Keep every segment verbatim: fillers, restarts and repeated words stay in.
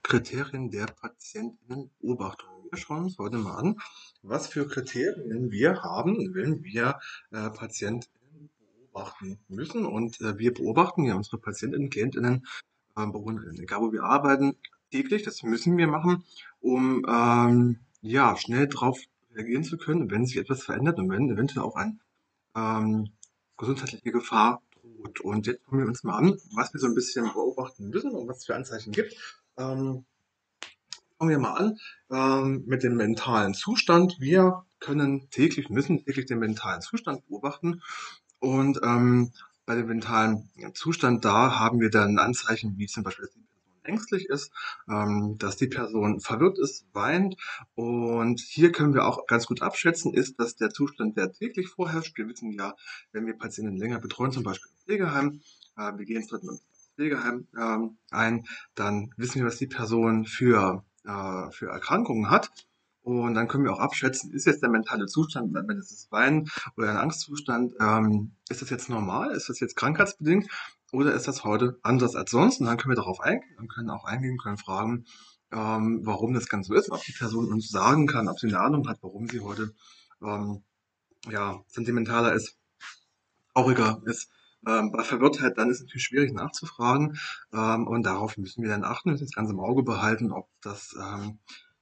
Kriterien der Patientinnenbeobachtung. Wir schauen uns heute mal an, was für Kriterien wir haben, wenn wir äh, Patientinnen beobachten müssen. Und äh, wir beobachten ja unsere Patientinnen, Klientinnen, äh, Bewohnerinnen, egal wo wir arbeiten, täglich. Das müssen wir machen, um ähm, ja, schnell darauf reagieren zu können, wenn sich etwas verändert und wenn eventuell auch ein ähm, gesundheitliche Gefahr droht. Und jetzt schauen wir uns mal an, was wir so ein bisschen beobachten müssen und was es für Anzeichen gibt. Ähm, Fangen wir mal an ähm, mit dem mentalen Zustand. Wir können täglich, müssen täglich den mentalen Zustand beobachten. Und ähm, bei dem mentalen Zustand da haben wir dann Anzeichen wie zum Beispiel, dass die Person ängstlich ist, ähm, dass die Person verwirrt ist, weint. Und hier können wir auch ganz gut abschätzen, ist das der Zustand, der täglich vorherrscht. Wir wissen ja, wenn wir Patienten länger betreuen, zum Beispiel im Pflegeheim, äh, wir gehen jetzt dort ins Pflegeheim ähm, ein, dann wissen wir, was die Person für, äh, für Erkrankungen hat. Und dann können wir auch abschätzen, ist jetzt der mentale Zustand, wenn es das Weinen oder ein Angstzustand, ähm, ist das jetzt normal? Ist das jetzt krankheitsbedingt? Oder ist das heute anders als sonst? Und dann können wir darauf eingehen und können auch eingehen, können fragen, ähm, warum das Ganze so ist, ob die Person uns sagen kann, ob sie eine Ahnung hat, warum sie heute ähm, ja, sentimentaler ist, trauriger ist. Ähm, bei Verwirrtheit, dann ist es natürlich schwierig nachzufragen. Ähm, und darauf müssen wir dann achten, müssen das Ganze im Auge behalten, ob das ähm,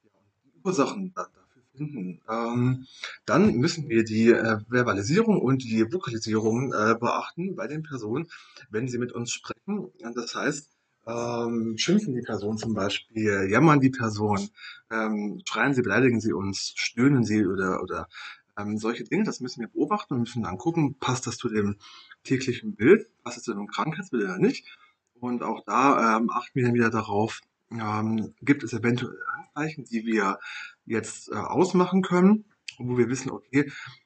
Ursachen da dafür finden. Ähm, dann müssen wir die äh, Verbalisierung und die Vokalisierung äh, beachten bei den Personen, wenn sie mit uns sprechen. Und das heißt, ähm, schimpfen die Person zum Beispiel, jammern die Person, ähm, schreien sie, beleidigen sie uns, stöhnen sie oder, oder ähm, solche Dinge, das müssen wir beobachten und müssen dann gucken, passt das zu dem täglichen Bild, passt es zu dem Krankheitsbild oder nicht. Und auch da ähm, achten wir dann wieder darauf, ähm, gibt es eventuell Anzeichen, die wir jetzt äh, ausmachen können, wo wir wissen, okay,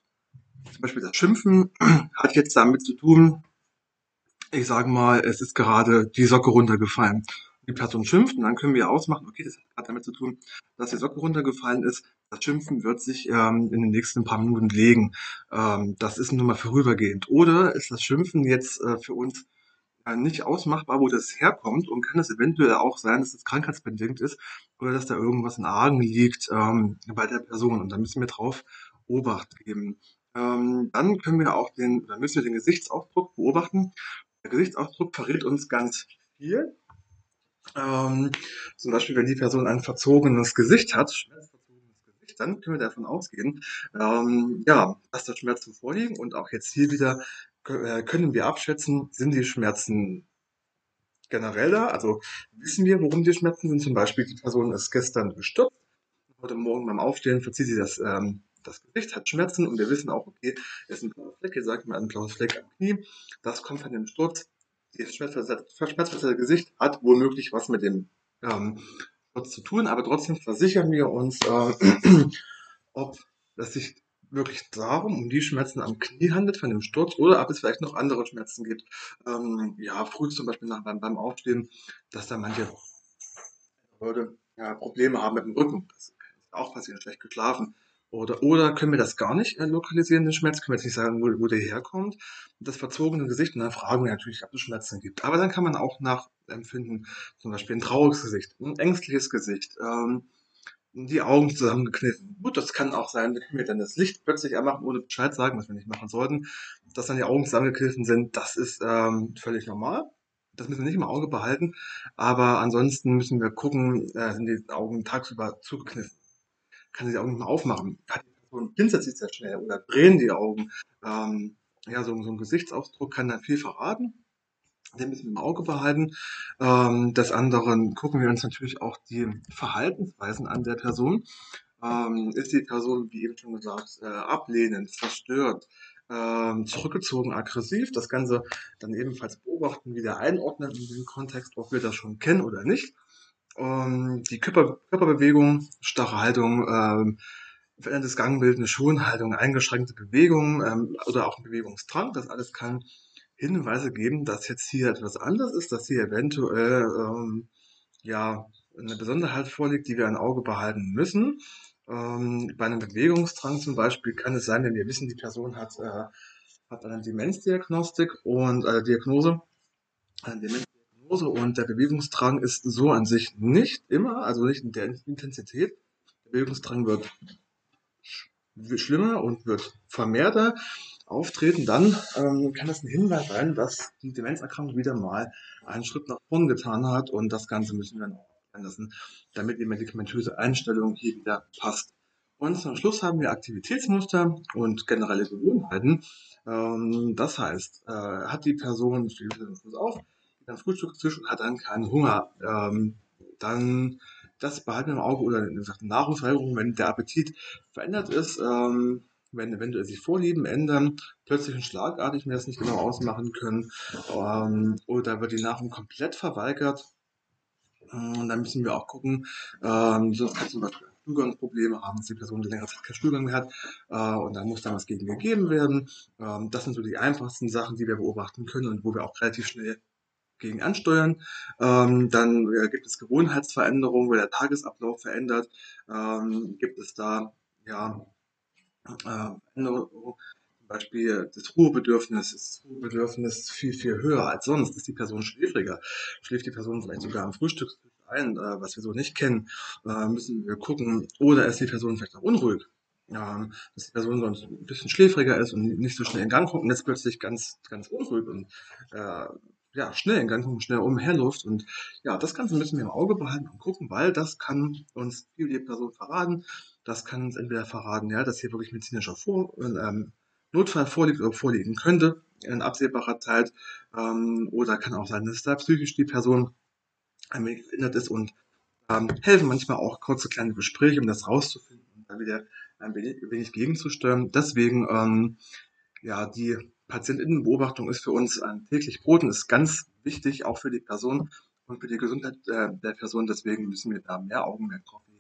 zum Beispiel das Schimpfen hat jetzt damit zu tun, ich sage mal, es ist gerade die Socke runtergefallen. Die Person schimpft und dann können wir ausmachen, okay, das hat gerade damit zu tun, dass die Socke runtergefallen ist. Das Schimpfen wird sich ähm, in den nächsten paar Minuten legen. Ähm, das ist nun mal vorübergehend. Oder ist das Schimpfen jetzt äh, für uns äh, nicht ausmachbar, wo das herkommt und kann es eventuell auch sein, dass es krankheitsbedingt ist oder dass da irgendwas in Argen liegt ähm, bei der Person und da müssen wir drauf Obacht geben. Ähm, dann können wir auch den, oder müssen wir den Gesichtsausdruck beobachten. Der Gesichtsausdruck verrät uns ganz viel. Ähm, Zum Beispiel, wenn die Person ein verzogenes Gesicht hat, schmerzverzogenes Gesicht, dann können wir davon ausgehen, ähm, ja, dass da Schmerzen vorliegen. Und auch jetzt hier wieder äh, können wir abschätzen, sind die Schmerzen generell da? Also wissen wir, worum die Schmerzen sind? Zum Beispiel, die Person ist gestern gestürzt, heute Morgen beim Aufstehen verzieht sie das, ähm, das Gesicht, hat Schmerzen und wir wissen auch, okay, es ist ein blauer Fleck, hier sage ich mal ein blaues Fleck am Knie, das kommt von dem Sturz. Das schmerzverzerrte Gesicht hat womöglich was mit dem ähm, Sturz zu tun, aber trotzdem versichern wir uns, äh, ob es sich wirklich darum, um die Schmerzen am Knie handelt von dem Sturz oder ob es vielleicht noch andere Schmerzen gibt. Ähm, ja, früh zum Beispiel nach, beim, beim Aufstehen, dass da manche Leute ja, Probleme haben mit dem Rücken. Das kann auch passieren, schlecht geschlafen. Oder, oder können wir das gar nicht äh, lokalisieren, den Schmerz, können wir jetzt nicht sagen, wo, wo der herkommt. Das verzogene Gesicht, und dann fragen wir natürlich, ob es Schmerzen gibt. Aber dann kann man auch nachempfinden, zum Beispiel ein trauriges Gesicht, ein ängstliches Gesicht, ähm, die Augen zusammengekniffen. Gut, das kann auch sein, wenn wir dann das Licht plötzlich anmachen, ohne Bescheid sagen, was wir nicht machen sollten, dass dann die Augen zusammengekniffen sind. Das ist ähm, völlig normal. Das müssen wir nicht im Auge behalten. Aber ansonsten müssen wir gucken, äh, sind die Augen tagsüber zugekniffen? Kann sie die Augen nicht mehr aufmachen? Hat die Person blinzelt sich sehr schnell oder drehen die Augen? Ähm, ja, so, so ein Gesichtsausdruck kann dann viel verraten. Den müssen wir im Auge behalten. Ähm, des anderen gucken wir uns natürlich auch die Verhaltensweisen an der Person. Ähm, ist die Person, wie eben schon gesagt, äh, ablehnend, verstört, ähm, zurückgezogen, aggressiv? Das Ganze dann ebenfalls beobachten, wieder einordnen in den Kontext, ob wir das schon kennen oder nicht. Ähm, die Körper, Körperbewegung, starre Haltung, ähm, verändertes Gangbild, eine Schonhaltung, eingeschränkte Bewegung ähm, oder auch ein Bewegungsdrang, das alles kann Hinweise geben, dass jetzt hier etwas anders ist, dass hier eventuell ähm, ja eine Besonderheit vorliegt, die wir ein Auge behalten müssen. Ähm, bei einem Bewegungsdrang zum Beispiel kann es sein, wenn wir wissen, die Person hat, äh, hat eine Demenzdiagnostik und äh, Diagnose, eine Demenz Diagnose und der Bewegungsdrang ist so an sich nicht immer, also nicht in der Intensität. Der Bewegungsdrang wird schlimmer und wird vermehrter auftreten, dann ähm, kann es ein Hinweis sein, dass die Demenzerkrankung wieder mal einen Schritt nach vorn getan hat und das Ganze müssen wir dann auch erklären lassen, damit die medikamentöse Einstellung hier wieder passt. Und zum Schluss haben wir Aktivitätsmuster und generelle Gewohnheiten. Ähm, das heißt, äh, hat die Person, steht die Person auf, geht am Frühstückstisch und hat dann keinen Hunger, ähm, dann das behalten wir im Auge oder wie gesagt, Nahrungsweigerung, wenn der Appetit verändert ist, ähm, wenn eventuell sich Vorlieben ändern, plötzlich und schlagartig wir das nicht genau ausmachen können, ähm, oder wird die Nahrung komplett verweigert. Und dann müssen wir auch gucken, ähm, sonst kann zum Beispiel Stuhlgangsprobleme haben, dass die Person längere Zeit keinen Stuhlgang mehr hat, äh, und dann muss dann was gegen gegeben werden. Ähm, das sind so die einfachsten Sachen, die wir beobachten können und wo wir auch relativ schnell gegen ansteuern. Ähm, dann äh, gibt es Gewohnheitsveränderungen, weil der Tagesablauf verändert. Ähm, gibt es da ja äh, Änderungen, zum Beispiel das Ruhebedürfnis. Ist das Ruhebedürfnis viel, viel höher als sonst? Ist die Person schläfriger? Schläft die Person vielleicht sogar am Frühstückstisch ein, äh, was wir so nicht kennen? Äh, müssen wir gucken. Oder ist die Person vielleicht auch unruhig? Ähm, dass die Person sonst ein bisschen schläfriger ist und nicht so schnell in Gang kommt und jetzt plötzlich ganz, ganz unruhig und äh, ja, schnell in Gang kommt, schnell umherläuft. Und ja, das Ganze müssen wir im Auge behalten und gucken, weil das kann uns viel die Person verraten. Das kann uns entweder verraten, ja, dass hier wirklich medizinischer Vor ähm, Notfall vorliegt oder vorliegen könnte in absehbarer Zeit. Ähm, oder kann auch sein, dass da psychisch die Person ein wenig verändert ist und ähm, helfen manchmal auch kurze kleine Gespräche, um das rauszufinden und da wieder ein wenig, ein wenig gegenzusteuern. Deswegen, ähm, ja, die Patientinnenbeobachtung ist für uns ein täglich Brot und ist ganz wichtig, auch für die Person und für die Gesundheit äh, der Person. Deswegen müssen wir da mehr Augenmerk drauf legen.